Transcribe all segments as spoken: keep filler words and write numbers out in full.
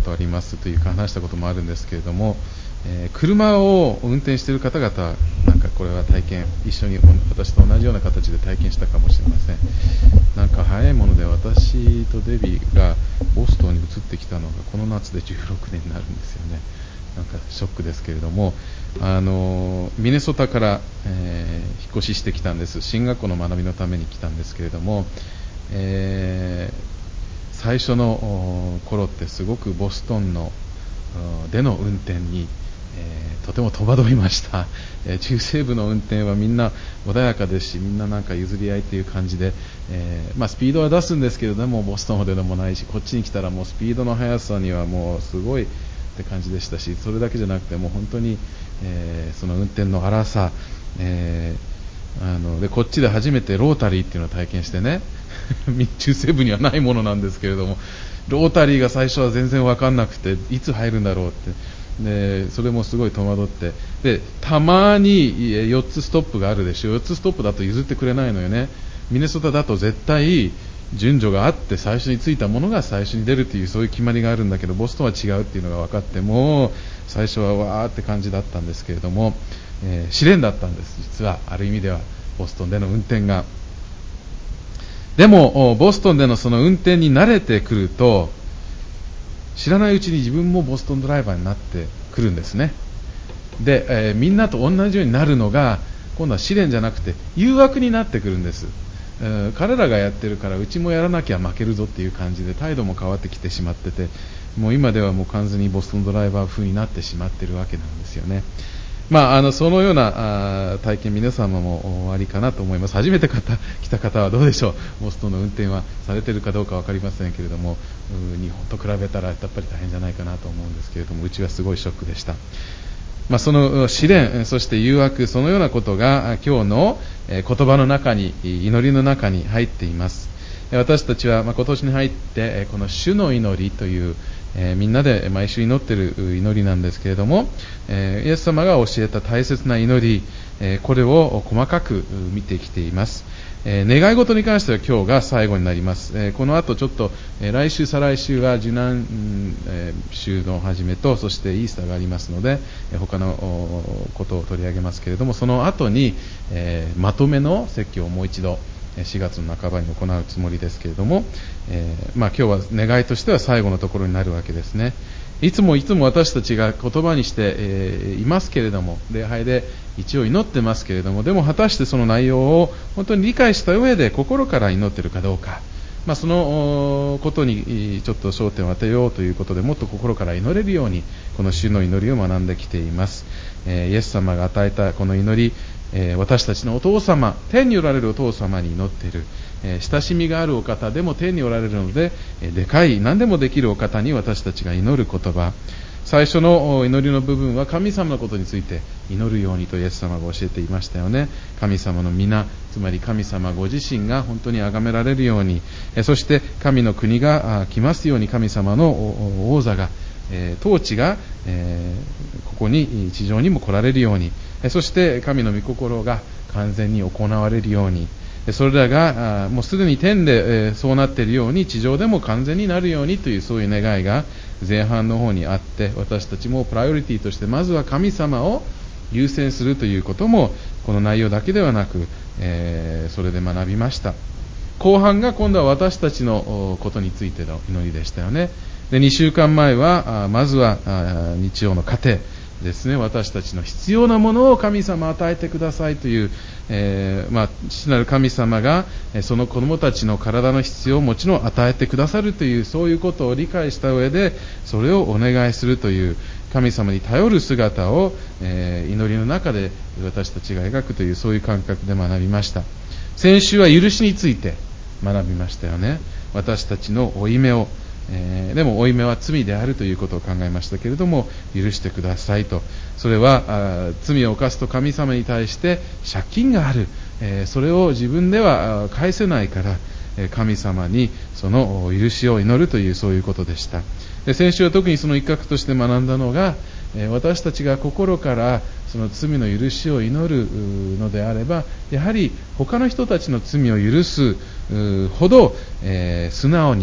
ことありますというか話したこともあるんですけれども、えー、車を運転している方々はなんかこれは体験一緒に私と同じような形で体験したかもしれません。なんか早いもので私とデビーがボストンに移ってきたのがこの夏でじゅうろくねんになるんですよね。なんかショックですけれども、あのミネソタから、えー、引っ越ししてきたんです。進学校の学びのために来たんですけれども、えー、最初の頃ってすごくボストンのでの運転に、えー、とても戸惑いました、えー、中西部の運転はみんな穏やかですし、みんななんか譲り合いという感じで、えーまあ、スピードは出すんですけれどもボストンほどでもないし、こっちに来たらもうスピードの速さにはもうすごいって感じでしたし、それだけじゃなくてもう本当に、えー、その運転の荒さ、えー、あのでこっちで初めてロータリーっていうのを体験してね中西部にはないものなんですけれども、ロータリーが最初は全然分かんなくていつ入るんだろうってで、それもすごい戸惑って、でたまによっつストップがあるでしょ。よっつストップだと譲ってくれないのよね。ミネソタだと絶対順序があって最初についたものが最初に出るというそういう決まりがあるんだけど、ボストンは違うっていうのが分かっても最初はわーって感じだったんですけれども、えー、試練だったんです。実はある意味ではボストンでの運転が。でもボストンでのその運転に慣れてくると知らないうちに自分もボストンドライバーになってくるんですね。で、えー、みんなと同じようになるのが今度は試練じゃなくて誘惑になってくるんです。えー、彼らがやってるからうちもやらなきゃ負けるぞっていう感じで態度も変わってきてしまってて、もう今ではもう完全にボストンドライバー風になってしまっているわけなんですよね。まあ、あのそのようなあ体験皆様もおありかなと思います。初めて方来た方はどうでしょう。ボストンの運転はされているかどうか分かりませんけれども、日本と比べたらやっぱり大変じゃないかなと思うんですけれども、うちはすごいショックでした。まあ、その試練、そして誘惑、そのようなことが今日の言葉の中に、祈りの中に入っています。私たちは今年に入ってこの主の祈りというえー、みんなで毎週祈っている祈りなんですけれども、えー、イエス様が教えた大切な祈り、えー、これを細かく見てきています。えー、願い事に関しては今日が最後になります。えー、この後ちょっと、えー、来週再来週は受難、うんえー、週の始めとそしてイースターがありますので、えー、他のことを取り上げますけれども、その後に、えー、まとめの説教をもう一度しがつの半ばに行うつもりですけれども、えーまあ、今日は願いとしては最後のところになるわけですね。いつもいつも私たちが言葉にして、えー、いますけれども、礼拝で一応祈ってますけれども、でも果たしてその内容を本当に理解した上で心から祈っているかどうか、まあ、そのことにちょっと焦点を当てようということで、もっと心から祈れるようにこの主の祈りを学んできています。えー、イエス様が与えたこの祈り、えー、私たちのお父様、天におられるお父様に祈っている、えー、親しみがあるお方でも天におられるので、えー、でかい何でもできるお方に私たちが祈る言葉。最初の祈りの部分は神様のことについて祈るようにとイエス様が教えていましたよね。神様の皆、つまり神様ご自身が本当に崇められるように、えー、そして神の国が来ますように、神様の王座が、えー、統治が、えー、ここに地上にも来られるように、そして神の御心が完全に行われるように、それらがもうすでに天でそうなっているように地上でも完全になるようにという、そういう願いが前半の方にあって、私たちもプライオリティとしてまずは神様を優先するということもこの内容だけではなく、えー、それで学びました。後半が今度は私たちのことについての祈りでしたよね。でにしゅうかんまえはまずは日曜の家庭ですね、私たちの必要なものを神様与えてくださいという、えーまあ、父なる神様がその子供たちの体の必要をもちろん与えてくださるという、そういうことを理解した上でそれをお願いするという神様に頼る姿を、えー、祈りの中で私たちが描くという、そういう感覚で学びました。先週は許しについて学びましたよね。私たちの負い目を、えー、でも負い目は罪であるということを考えましたけれども、許してくださいと。それはあ罪を犯すと神様に対して借金がある、えー、それを自分では返せないから、えー、神様にその許しを祈るという、そういうことでした。で先週は特にその一角として学んだのが、えー、私たちが心からその罪の許しを祈るのであれば、やはり他の人たちの罪を許すほど、えー、素直に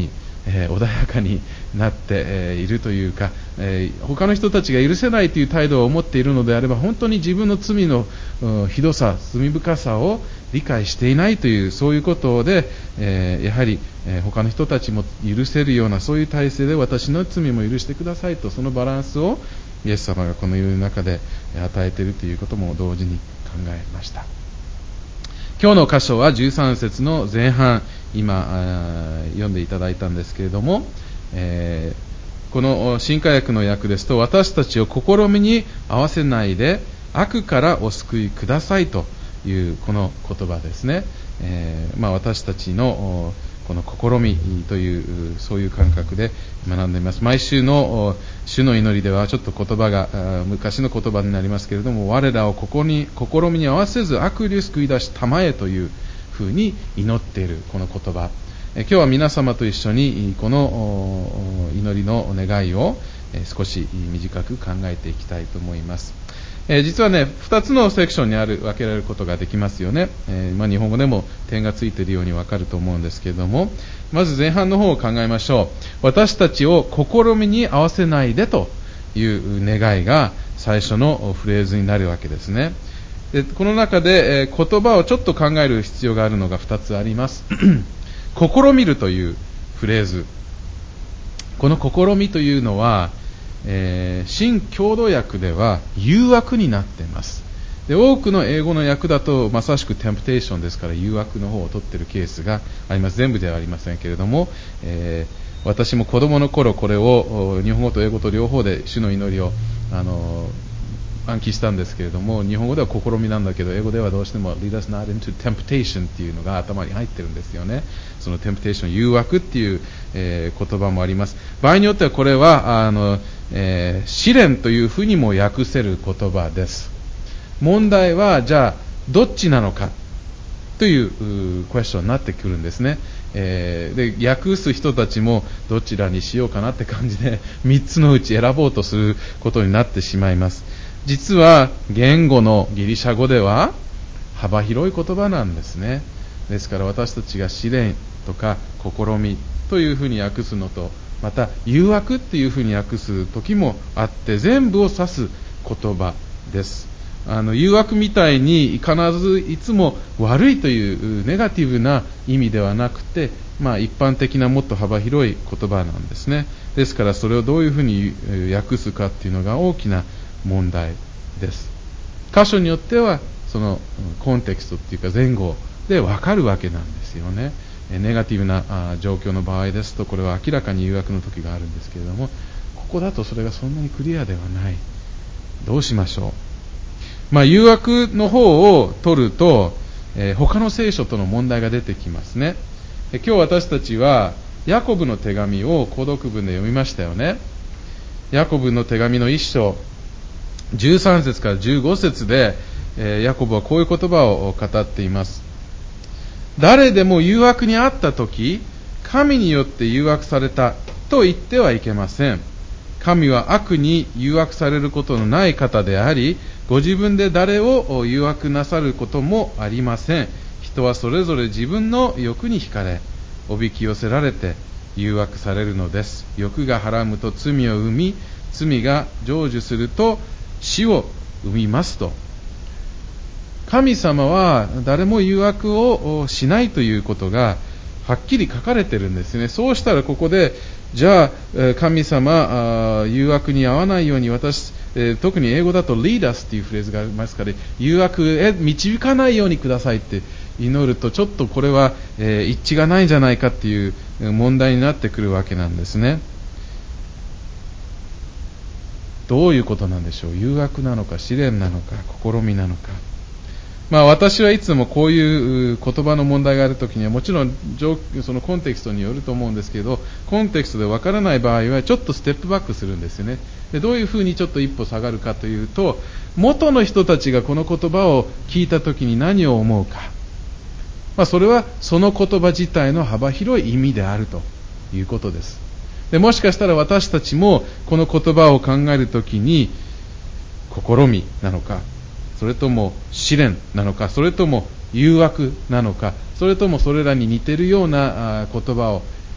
えー、穏やかになって、えー、いるというか、えー、他の人たちが許せないという態度を持っているのであれば、本当に自分の罪の、うん、ひどさ、罪深さを理解していないという、そういうことで、えー、やはり、えー、他の人たちも許せるようなそういう体制で私の罪も許してくださいと、そのバランスをイエス様がこの世の中で与えているということも同時に考えました。今日の箇所はじゅうさん節の前半、今読んでいただいたんですけれども、えー、この新化訳の訳ですと、私たちを試みに合わせないで悪からお救いくださいというこの言葉ですね。えーまあ、私たちのこの試みというそういう感覚で学んでいます。毎週の主の祈りではちょっと言葉が昔の言葉になりますけれども、我らをここに試みに合わせず悪流救い出したまえというふうに祈っているこの言葉、今日は皆様と一緒にこの祈りの願いを少し短く考えていきたいと思います。えー、実はね、二つのセクションにある分けられることができますよね。えーまあ、日本語でも点がついているように分かると思うんですけれども、まず前半の方を考えましょう。私たちを試みに合わせないでという願いが最初のフレーズになるわけですね。でこの中で、えー、言葉をちょっと考える必要があるのが二つあります。試みるというフレーズ。この試みというのは、えー、新共同訳では誘惑になっています。で多くの英語の訳だとまさしくテンプテーションですから誘惑の方を取っているケースがあります。全部ではありませんけれども、えー、私も子供の頃これを日本語と英語と両方で主の祈りをあの暗記したんですけれども、日本語では試みなんだけど英語ではどうしても lead us not into temptation っていうのが頭に入ってるんですよね。その temptation 誘惑っていう、えー、言葉もあります。場合によってはこれはあの、えー、試練というふうにも訳せる言葉です。問題はじゃあどっちなのかというクエスチョンになってくるんですね。えー、で訳す人たちもどちらにしようかなって感じでみっつのうち選ぼうとすることになってしまいます。実は言語のギリシャ語では幅広い言葉なんですね。ですから私たちが試練とか試みというふうに訳すのと、また誘惑っていうふうに訳す時もあって、全部を指す言葉です。あの誘惑みたいに必ずいつも悪いというネガティブな意味ではなくて、まあ、一般的なもっと幅広い言葉なんですね。ですからそれをどういうふうに訳すかっていうのが大きな問題です。箇所によってはそのコンテクストっていうか前後で分かるわけなんですよね。ネガティブな状況の場合ですとこれは明らかに誘惑の時があるんですけれども、ここだとそれがそんなにクリアではない。どうしましょう。まあ、誘惑の方を取ると、えー、他の聖書との問題が出てきますね。今日私たちはヤコブの手紙を購読文で読みましたよね。ヤコブの手紙の一章じゅうさん節からじゅうご節で、えー、ヤコブはこういう言葉を語っています。誰でも誘惑にあったとき、神によって誘惑されたと言ってはいけません。神は悪に誘惑されることのない方であり、ご自分で誰を誘惑なさることもありません。人はそれぞれ自分の欲に惹かれ、おびき寄せられて誘惑されるのです。欲がはらむと罪を生み、罪が成就すると死を生みますと。神様は誰も誘惑をしないということがはっきり書かれているんですね。そうしたらここでじゃあ神様誘惑に遭わないように私、特に英語だと lead us っていうフレーズがありますから、誘惑へ導かないようにくださいって祈るとちょっとこれは一致がないんじゃないかっていう問題になってくるわけなんですね。どういうことなんでしょう。誘惑なのか試練なのか試みなのか。まあ、私はいつもこういう言葉の問題があるときにはもちろんそのコンテキストによると思うんですけど、コンテキストでわからない場合はちょっとステップバックするんですよね。でどういうふうにちょっと一歩下がるかというと、元の人たちがこの言葉を聞いたときに何を思うか、まあ、それはその言葉自体の幅広い意味であるということです。でもしかしたら私たちもこの言葉を考えるときに試みなのか、それとも試練なのか、それとも誘惑なのか、それともそれらに似ているような言葉を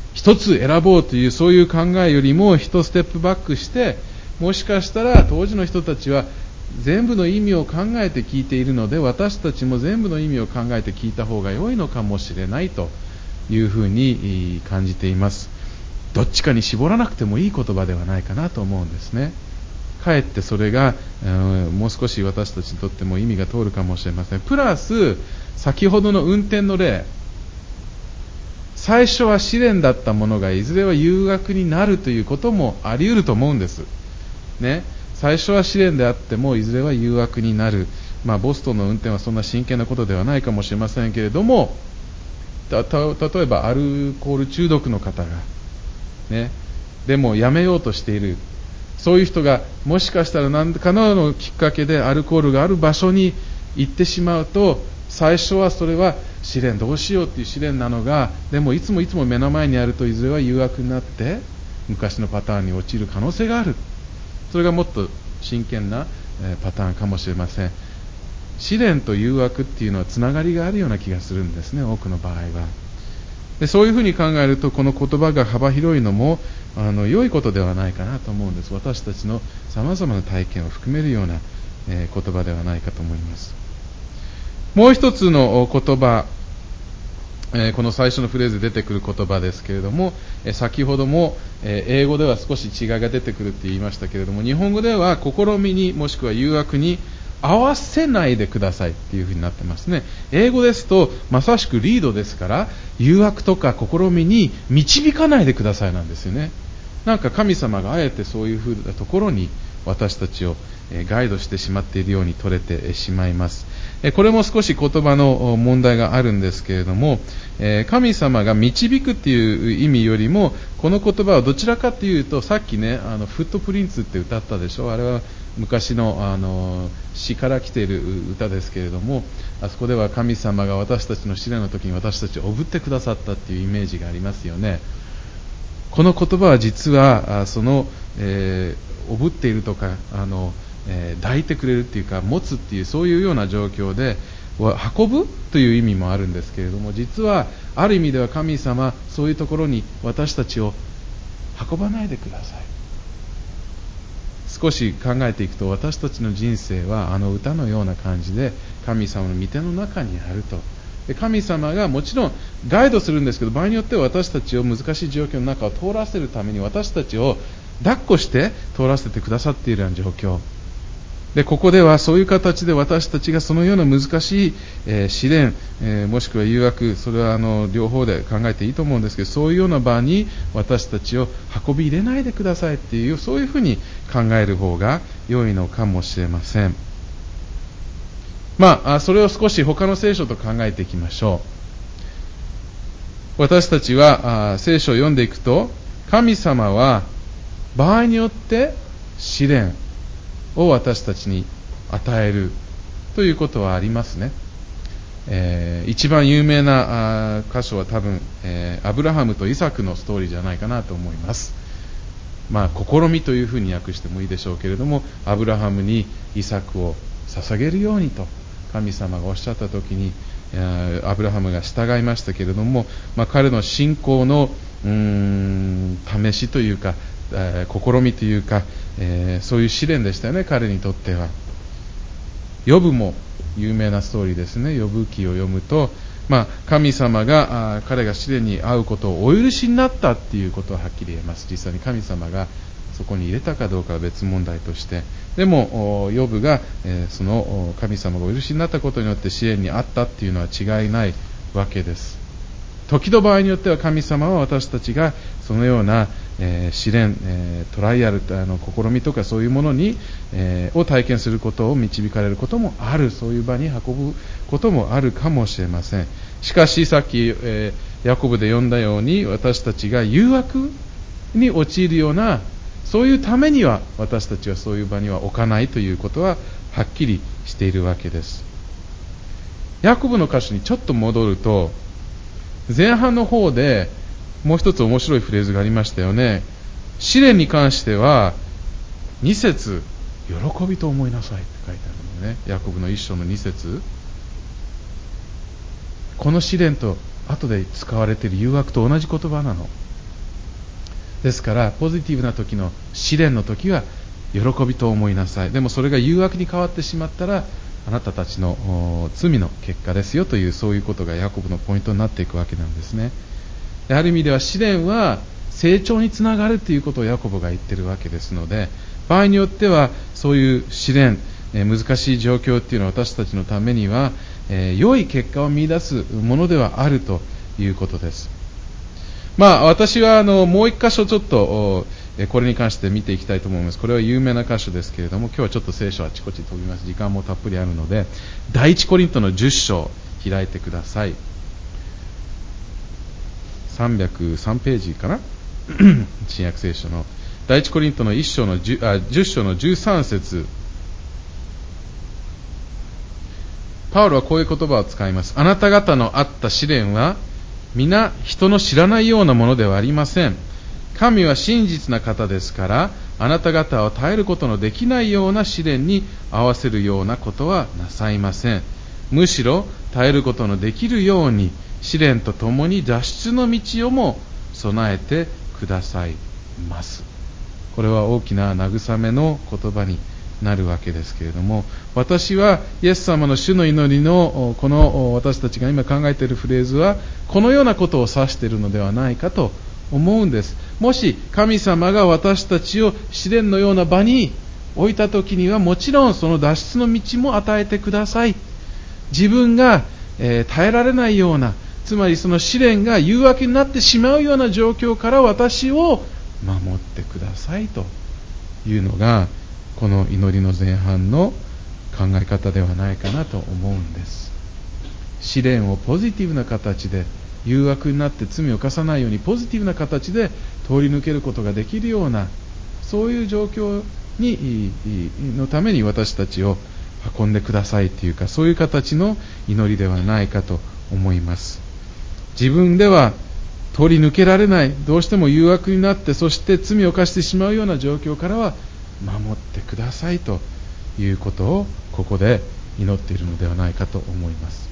一つ選ぼうというそういう考えよりも一ステップバックして、もしかしたら当時の人たちは全部の意味を考えて聞いているので、私たちも全部の意味を考えて聞いた方が良いのかもしれないというふうに感じています。どっちかに絞らなくてもいい言葉ではないかなと思うんですね。かえってそれが、うん、もう少し私たちにとっても意味が通るかもしれません。プラス先ほどの運転の例、最初は試練だったものがいずれは誘惑になるということもあり得ると思うんです、ね、最初は試練であってもいずれは誘惑になる。まあ、ボストンの運転はそんな真剣なことではないかもしれませんけれども、たた例えばアルコール中毒の方が、ね、でもやめようとしている、そういう人がもしかしたら何かのきっかけでアルコールがある場所に行ってしまうと、最初はそれは試練、どうしようという試練なのが、でもいつもいつも目の前にあるといずれは誘惑になって昔のパターンに陥る可能性がある。それがもっと真剣なパターンかもしれません。試練と誘惑っていうのはつながりがあるような気がするんですね、多くの場合は。でそういうふうに考えると、この言葉が幅広いのもあの良いことではないかなと思うんです。私たちの様々な体験を含めるような、えー、言葉ではないかと思います。もう一つの言葉、えー、この最初のフレーズで出てくる言葉ですけれども、えー、先ほども、えー、英語では少し違いが出てくるって言いましたけれども、日本語では試みにもしくは誘惑に合わせないでくださいっていうふうになってますね。英語ですとまさしくリードですから、誘惑とか試みに導かないでくださいなんですよね。なんか神様があえてそういうふうなところに私たちをガイドしてしまっているように取れてしまいます。これも少し言葉の問題があるんですけれども、神様が導くっていう意味よりも、この言葉はどちらかというと、さっきね、あのフットプリンツって歌ったでしょ。あれは昔のあの詩から来ている歌ですけれども、あそこでは神様が私たちの試練の時に私たちをおぶってくださったっていうイメージがありますよね。この言葉は実はその、えー、おぶっているとか、あの、えー、抱いてくれるっていうか持つっていう、そういうような状況で運ぶという意味もあるんですけれども、実はある意味では神様、そういうところに私たちを運ばないでください。少し考えていくと、私たちの人生はあの歌のような感じで神様の御手の中にあると。で神様がもちろんガイドするんですけど、場合によっては私たちを難しい状況の中を通らせるために私たちを抱っこして通らせてくださっているような状況で、ここではそういう形で私たちがそのような難しい、えー、試練、えー、もしくは誘惑、それはあの両方で考えていいと思うんですけど、そういうような場に私たちを運び入れないでくださいっていう、そういうふうに考える方が良いのかもしれません。まあ、それを少し他の聖書と考えていきましょう。私たちは聖書を読んでいくと、神様は場合によって試練を私たちに与えるということはありますね。えー、一番有名な箇所は多分、えー、アブラハムとイサクのストーリーじゃないかなと思います。まあ、試みというふうに訳してもいいでしょうけれども、アブラハムにイサクを捧げるようにと神様がおっしゃったときに、アブラハムが従いましたけれども、まあ、彼の信仰のうーん試しというか、えー、試みというか、えー、そういう試練でしたよね、彼にとっては。ヨブも有名なストーリーですね。ヨブ記を読むと、まあ、神様があ彼が試練に遭うことをお許しになったっていうことははっきり言えます。実際に神様がそこに入れたかどうかは別問題として、でもヨブが、えー、その神様がお許しになったことによって試練に遭ったっていうのは違いないわけです。時の場合によっては神様は私たちがそのような、えー、試練、えー、トライアル、あの試みとかそういうものに、えー、を体験することを導かれることもある、そういう場に運ぶこともあるかもしれません。しかしさっき、えー、ヤコブで読んだように、私たちが誘惑に陥るような、そういうためには私たちはそういう場には置かないということははっきりしているわけです。ヤコブの箇所にちょっと戻ると、前半の方でもう一つ面白いフレーズがありましたよね。試練に関してはに節、喜びと思いなさいって書いてあるのね。ヤコブの一章のに節。この試練と後で使われている誘惑と同じ言葉なの。 ですからポジティブな時の試練の時は喜びと思いなさい。でもそれが誘惑に変わってしまったらあなたたちの罪の結果ですよという、そういうことがヤコブのポイントになっていくわけなんですね。ある意味では試練は成長につながるということをヤコブが言っているわけですので、場合によってはそういう試練、えー、難しい状況というのは私たちのためには、えー、良い結果を見出すものではあるということです。まあ私はあのもう一箇所ちょっとこれに関して見ていきたいと思います。これは有名な箇所ですけれども、今日はちょっと聖書あちこち飛びます。時間もたっぷりあるので、第一コリントのじゅっ章開いてください。さんびゃくさんページかな新約聖書の第一コリントのいっ章の 10, あじゅっ章のじゅうさん節。パウロはこういう言葉を使います。あなた方のあった試練は皆人の知らないようなものではありません。神は真実な方ですから、あなた方を耐えることのできないような試練に合わせるようなことはなさいません。むしろ耐えることのできるように試練とともに脱出の道をも備えてくださいます。これは大きな慰めの言葉になるわけですけれども、私はイエス様の主の祈りのこの私たちが今考えているフレーズはこのようなことを指しているのではないかと思うんです。もし神様が私たちを試練のような場に置いたときには、もちろんその脱出の道も与えてください。自分が、えー、耐えられないような、つまりその試練が誘惑になってしまうような状況から私を守ってくださいというのがこの祈りの前半の考え方ではないかなと思うんです。試練をポジティブな形で、誘惑になって罪を犯さないようにポジティブな形で通り抜けることができるような、そういう状況にのために私たちを運んでくださいというか、そういう形の祈りではないかと思います。自分では通り抜けられない、どうしても誘惑になってそして罪を犯してしまうような状況からは守ってくださいということをここで祈っているのではないかと思います。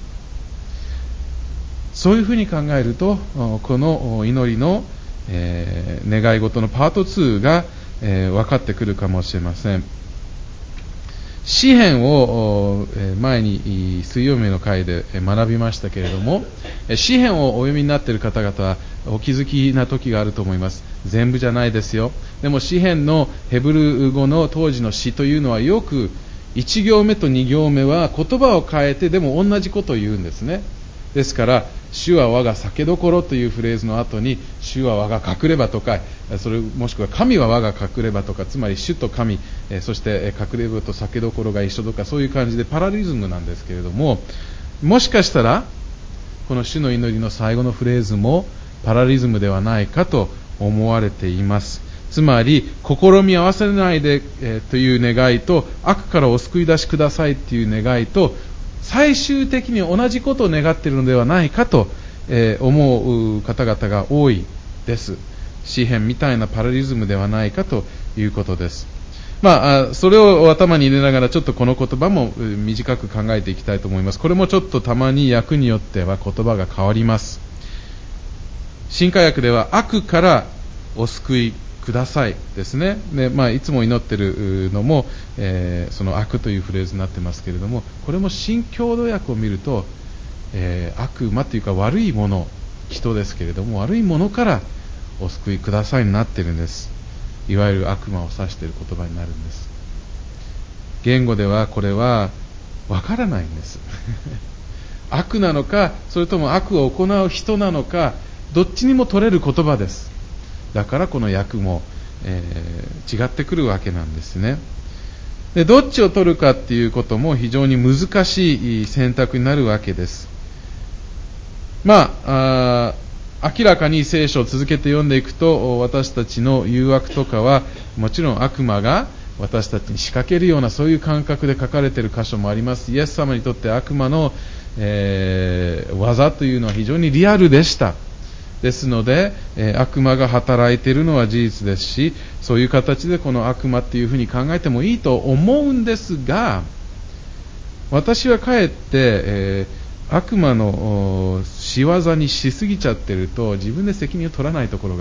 そういうふうに考えると、この祈りの、えー、願い事のパートにが、えー、分かってくるかもしれません。詩編を前に水曜日の会で学びましたけれども、詩編をお読みになっている方々はお気づきな時があると思います。全部じゃないですよ。でも詩編のヘブル語の当時の詩というのは、よくいち行目とに行目は言葉を変えてでも同じことを言うんですね。ですから主は我が酒どころというフレーズの後に主は我が隠れ場とか、それもしくは神は我が隠れ場とか、つまり主と神、そして隠れ場と酒どころが一緒とか、そういう感じでパラリズムなんですけれども、もしかしたらこの主の祈りの最後のフレーズもパラリズムではないかと思われています。つまり試み合わせないで、えー、という願いと、悪からお救い出しくださいという願いと、最終的に同じことを願っているのではないかと、えー、思う方々が多いです。詩編みたいなパラリズムではないかということです。まあ、それを頭に入れながらちょっとこの言葉も短く考えていきたいと思います。これもちょっとたまに訳によっては言葉が変わります。新海訳では悪からお救いくださいですね。で、まあ、いつも祈っているのも、えー、その悪というフレーズになってますけれども、これも新共同訳を見ると、えー、悪魔というか悪いもの、人ですけれども、悪いものからお救いくださいになっているんです。いわゆる悪魔を指している言葉になるんです。言語ではこれはわからないんです悪なのか、それとも悪を行う人なのか、どっちにも取れる言葉です。だからこの訳も、えー、違ってくるわけなんですね。で、どっちを取るかっていうことも非常に難しい選択になるわけです。まあ、あ明らかに聖書を続けて読んでいくと、私たちの誘惑とかはもちろん悪魔が私たちに仕掛けるような、そういう感覚で書かれている箇所もあります。イエス様にとって悪魔の、えー、技というのは非常にリアルでした。ですので、えー、悪魔が働いているのは事実ですし、そういう形でこの悪魔っていうふうに考えてもいいと思うんですが、私はかえって、えー、悪魔の仕業にしすぎちゃってると自分で責任を取らないところが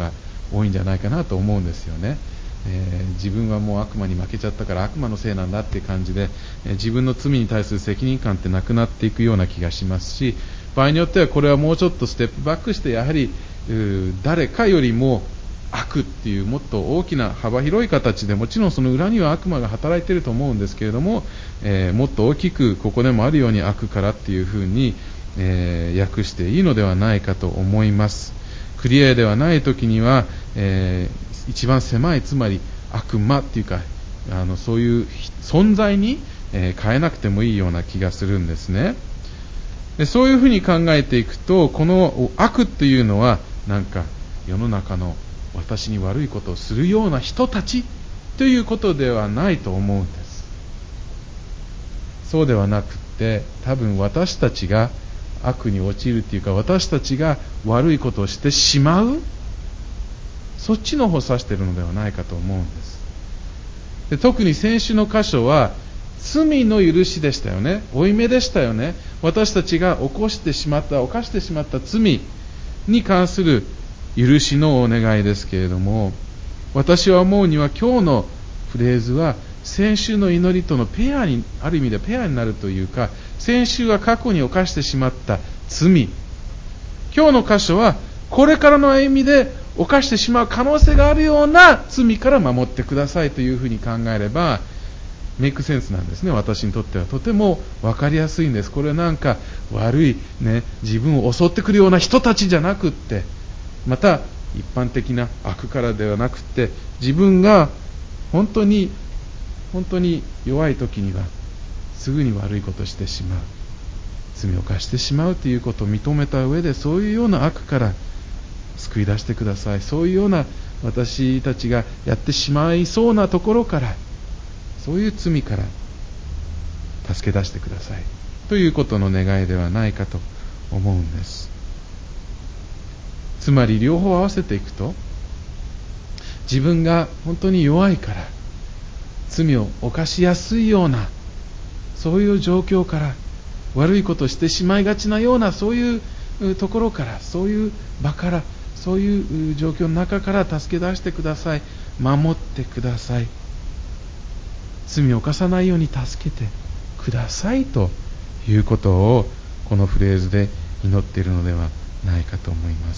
多いんじゃないかなと思うんですよね。えー、自分はもう悪魔に負けちゃったから悪魔のせいなんだって感じで、えー、自分の罪に対する責任感ってなくなっていくような気がしますし、場合によってはこれはもうちょっとステップバックして、やはり誰かよりも悪っていうもっと大きな幅広い形で、もちろんその裏には悪魔が働いていると思うんですけれども、えー、もっと大きくここでもあるように悪からっていうふうに、えー、訳していいのではないかと思います。クリアではない時には、えー一番狭い、つまり悪魔っていうか、あのそういう存在に、えー、変えなくてもいいような気がするんですね。でそういうふうに考えていくと、この悪っていうのはなんか世の中の私に悪いことをするような人たちということではないと思うんです。そうではなくって、多分私たちが悪に陥るっていうか、私たちが悪いことをしてしまう、そっちの方を指しているのではないかと思うんです。で特に先週の箇所は罪の許しでしたよね。負い目でしたよね。私たちが起こしてしまった犯してしまった罪に関する許しのお願いですけれども、私は思うには今日のフレーズは先週の祈りとのペアに、ある意味でペアになるというか、先週は過去に犯してしまった罪、今日の箇所はこれからの歩みで犯してしまう可能性があるような罪から守ってくださいというふうに考えればメイクセンスなんですね。私にとってはとても分かりやすいんです。これはなんか悪い、ね、自分を襲ってくるような人たちじゃなくって、また一般的な悪からではなくって、自分が本当に本当に弱い時にはすぐに悪いことをしてしまう、罪を犯してしまうということを認めた上で、そういうような悪から救い出してください。そういうような私たちがやってしまいそうなところから、そういう罪から助け出してくださいということの願いではないかと思うんです。つまり両方合わせていくと、自分が本当に弱いから罪を犯しやすいような、そういう状況から、悪いことをしてしまいがちなような、そういうところから、そういう場から、そういう状況の中から助け出してください。守ってください。罪を犯さないように助けてくださいということをこのフレーズで祈っているのではないかと思います。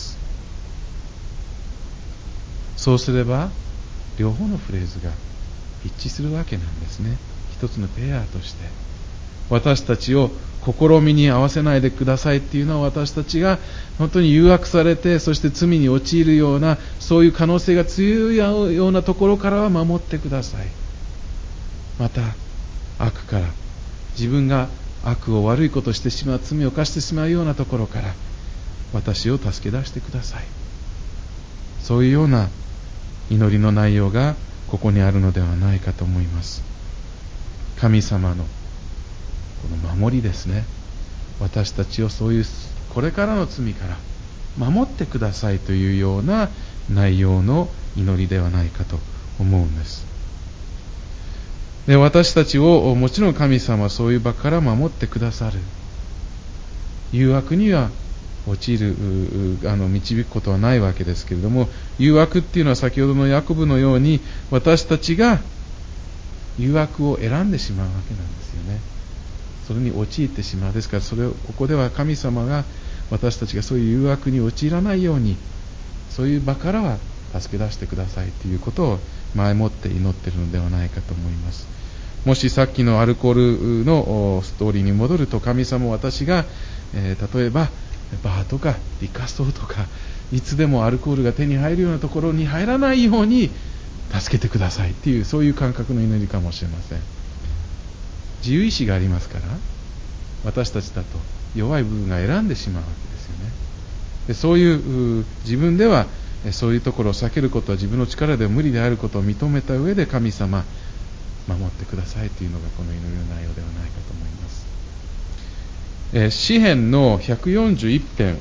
そうすれば両方のフレーズが一致するわけなんですね。一つのペアとして私たちを試みに合わせないでくださいっていうのは、私たちが本当に誘惑されて、そして罪に陥るような、そういう可能性が強いようなところからは守ってください。また悪から、自分が悪を悪いことをしてしまう、罪を犯してしまうようなところから私を助け出してください。そういうような祈りの内容がここにあるのではないかと思います。神様のこの守りですね。私たちをそういうこれからの罪から守ってくださいというような内容の祈りではないかと思うんです。で、私たちをもちろん神様はそういう場から守ってくださる。誘惑には陥るあの導くことはないわけですけれども、誘惑っていうのは先ほどのヤコブのように私たちが誘惑を選んでしまうわけなんですよね。それに陥ってしまう。ですからそれをここでは神様が私たちがそういう誘惑に陥らないように、そういう場からは助け出してくださいということを前もって祈っているのではないかと思います。もしさっきのアルコールのストーリーに戻ると、神様は私が、えー、例えばバーとかリカストとかいつでもアルコールが手に入るようなところに入らないように助けてくださいっていう、そういう感覚の祈りかもしれません。自由意志がありますから、私たちだと弱い部分が選んでしまうわけですよね。でそういう自分ではそういうところを避けることは自分の力では無理であることを認めた上で、神様守ってくださいというのがこの祈りの内容ではないかと思います。えー、詩編のひゃくよんじゅういち編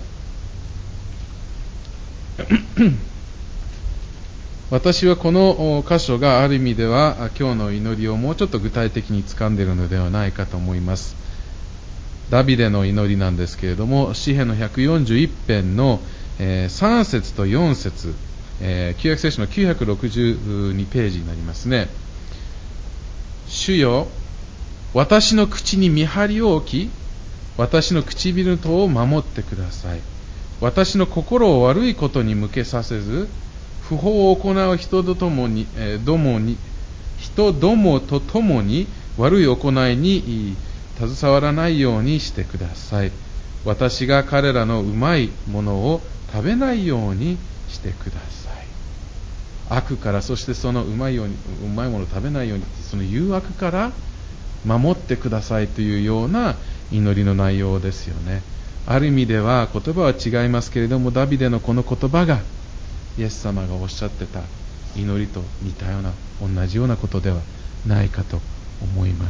私はこの箇所がある意味では今日の祈りをもうちょっと具体的に掴んでいるのではないかと思います。ダビデの祈りなんですけれども、詩編のひゃくよんじゅういち編のさん節とよん節、 えー、旧約聖書のきゅうひゃくろくじゅうにページになりますね。主よ、私の口に見張りを置き、私の唇の戸を守ってください。私の心を悪いことに向けさせず、不法を行う人とともに、えー、どもに人どもとともに悪い行いに携わらないようにしてください。私が彼らのうまいものを食べないようにしてください。悪から、そしてそのうまいように、うまいものを食べないように、その誘惑から守ってくださいというような祈りの内容ですよね。ある意味では言葉は違いますけれども、ダビデのこの言葉がイエス様がおっしゃってた祈りと似たような、同じようなことではないかと思います。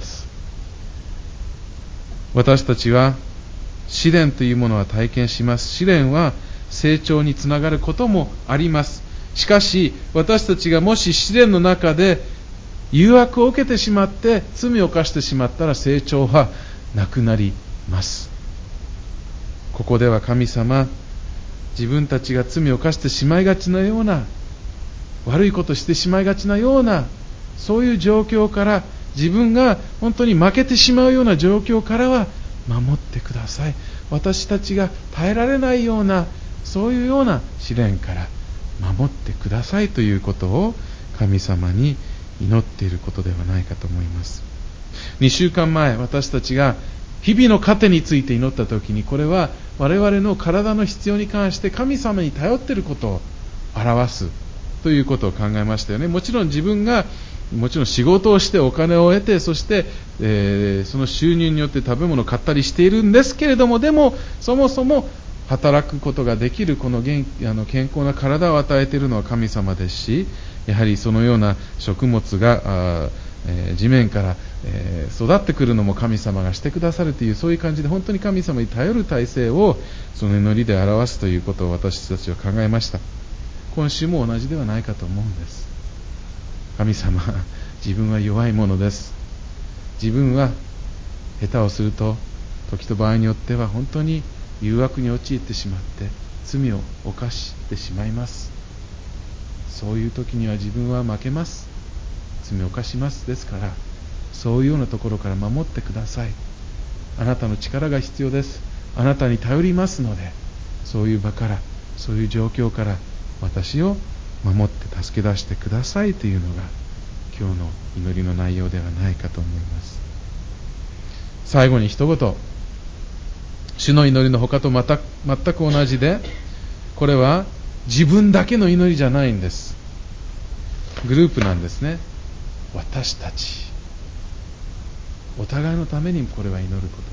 私たちは試練というものは体験します。試練は成長につながることもあります。しかし私たちがもし試練の中で誘惑を受けてしまって罪を犯してしまったら、成長はなくなります。ここでは神様、自分たちが罪を犯してしまいがちなような、悪いことをしてしまいがちなような、そういう状況から、自分が本当に負けてしまうような状況からは守ってください。私たちが耐えられないような、そういうような試練から守ってくださいということを神様に祈っていることではないかと思います。にしゅうかんまえ、私たちが日々の糧について祈ったときに、これは我々の体の必要に関して神様に頼っていることを表すということを考えましたよね。もちろん自分がもちろん仕事をしてお金を得て、そして、えー、その収入によって食べ物を買ったりしているんですけれども、でもそもそも働くことができるこの元あの健康な体を与えているのは神様ですし、やはりそのような食物があ、えー、地面から、えー、育ってくるのも神様がしてくださるという、そういう感じで本当に神様に頼る体制をその祈りで表すということを私たちは考えました。今週も同じではないかと思うんです。神様、自分は弱いものです。自分は下手をすると時と場合によっては本当に誘惑に陥ってしまって罪を犯してしまいます。そういう時には自分は負けます。罪を犯します。ですからそういうようなところから守ってください。あなたの力が必要です。あなたに頼りますので、そういう場から、そういう状況から私を守って助け出してくださいというのが今日の祈りの内容ではないかと思います。最後に一言、主の祈りの他とまた全く同じで、これは自分だけの祈りじゃないんです。グループなんですね。私たちお互いのためにこれは祈ることです。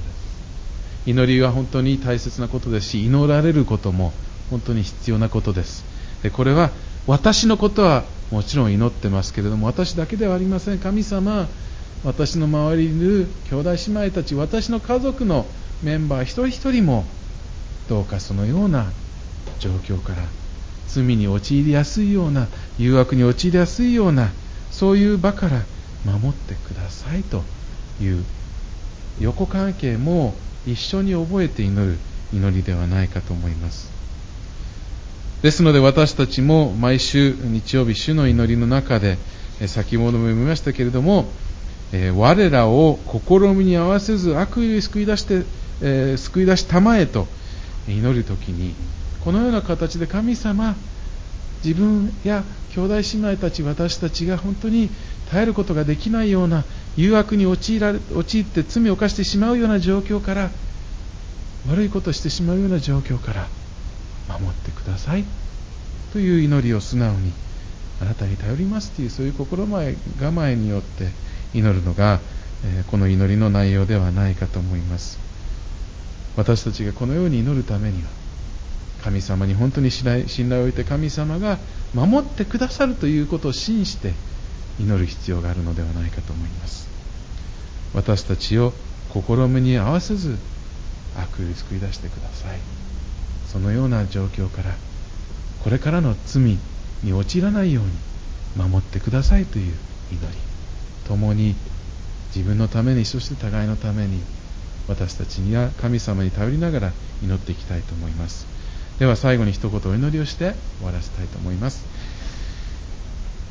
祈りは本当に大切なことですし、祈られることも本当に必要なことです。で、これは私のことはもちろん祈ってますけれども、私だけではありません。神様、私の周りにいる兄弟姉妹たち、私の家族のメンバー一人一人もどうかそのような状況から、罪に陥りやすいような、誘惑に陥りやすいような、そういう場から守ってくださいという横関係も一緒に覚えて祈る祈りではないかと思います。ですので私たちも毎週日曜日、主の祈りの中で、先ほども読みましたけれども、えー、我らを試みに合わせず悪意を救い出して、えー、救い出したまえと祈るときに、このような形で神様、自分や兄弟姉妹たち、私たちが本当に耐えることができないような誘惑に陥られ、陥って罪を犯してしまうような状況から、悪いことをしてしまうような状況から守ってくださいという祈りを素直に、あなたに頼りますという、そういう心構えによって祈るのが、えー、この祈りの内容ではないかと思います。私たちがこのように祈るためには、神様に本当に信頼、信頼を置いて、神様が守ってくださるということを信じて祈る必要があるのではないかと思います。私たちを試みに合わせず悪意を救い出してください。そのような状況から、これからの罪に陥らないように守ってくださいという祈り、共に自分のために、そして互いのために、私たちには神様に頼りながら祈っていきたいと思います。では最後に一言お祈りをして終わらせたいと思います。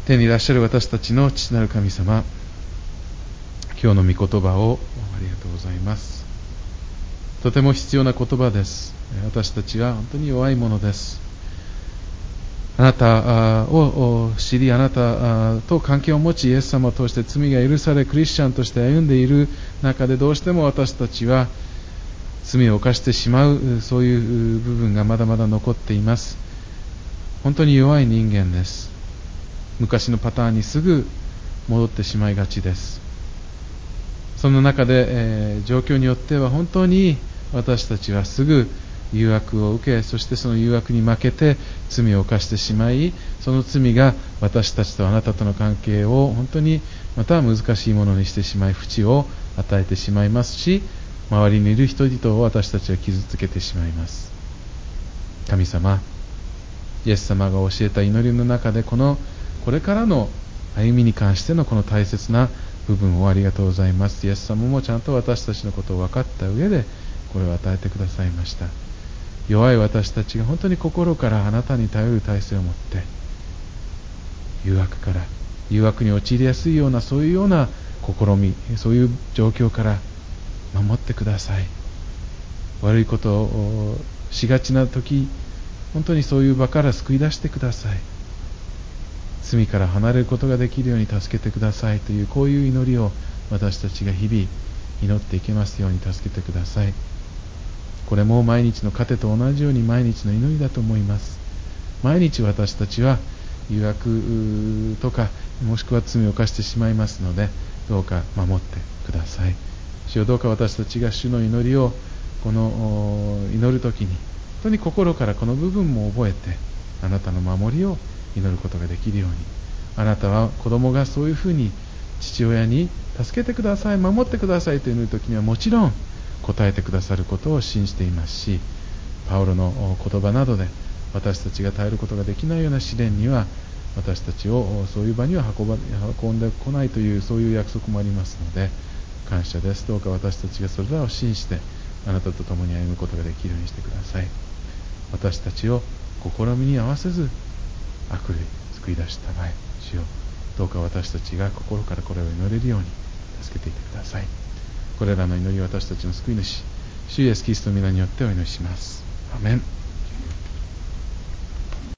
天にいらっしゃる私たちの父なる神様、今日の御言葉をありがとうございます。とても必要な言葉です。私たちは本当に弱いものです。あなたを知り、あなたと関係を持ち、イエス様を通して罪が許され、クリスチャンとして歩んでいる中で、どうしても私たちは罪を犯してしまう、そういう部分がまだまだ残っています。本当に弱い人間です。昔のパターンにすぐ戻ってしまいがちです。その中で、えー、状況によっては本当に私たちはすぐ誘惑を受け、そしてその誘惑に負けて罪を犯してしまい、その罪が私たちとあなたとの関係を本当にまた難しいものにしてしまい、淵を与えてしまいますし、周りにいる人々を私たちは傷つけてしまいます。神様、イエス様が教えた祈りの中で、このこれからの歩みに関してのこの大切な部分をありがとうございます。イエス様もちゃんと私たちのことを分かった上でこれを与えてくださいました。弱い私たちが本当に心からあなたに頼る体制を持って、誘惑から誘惑に陥りやすいようなそういうような試み、そういう状況から守ってください。悪いことをしがちな時、本当にそういう場から救い出してください。罪から離れることができるように助けてくださいという、こういう祈りを私たちが日々祈っていけますように助けてください。これも毎日の糧と同じように毎日の祈りだと思います。毎日私たちは誘惑とかもしくは罪を犯してしまいますので、どうか守ってください。主よ、どうか私たちが主の祈りをこの祈るときに本当に心からこの部分も覚えて、あなたの守りを祈ることができるように。あなたは子供がそういうふうに父親に助けてください、守ってくださいと祈るときにはもちろん答えてくださることを信じていますし、パウロの言葉などで私たちが耐えることができないような試練には私たちをそういう場には運ば運んでこないという、そういう約束もありますので感謝です。どうか私たちがそれらを信じてあなたと共に歩むことができるようにしてください。私たちを試みに合わせず悪類救い出したまえ。主よ、どうか私たちが心からこれを祈れるように助けていてください。これらの祈りを私たちの救い主主イエスキリストの皆によってお祈りします。アメン。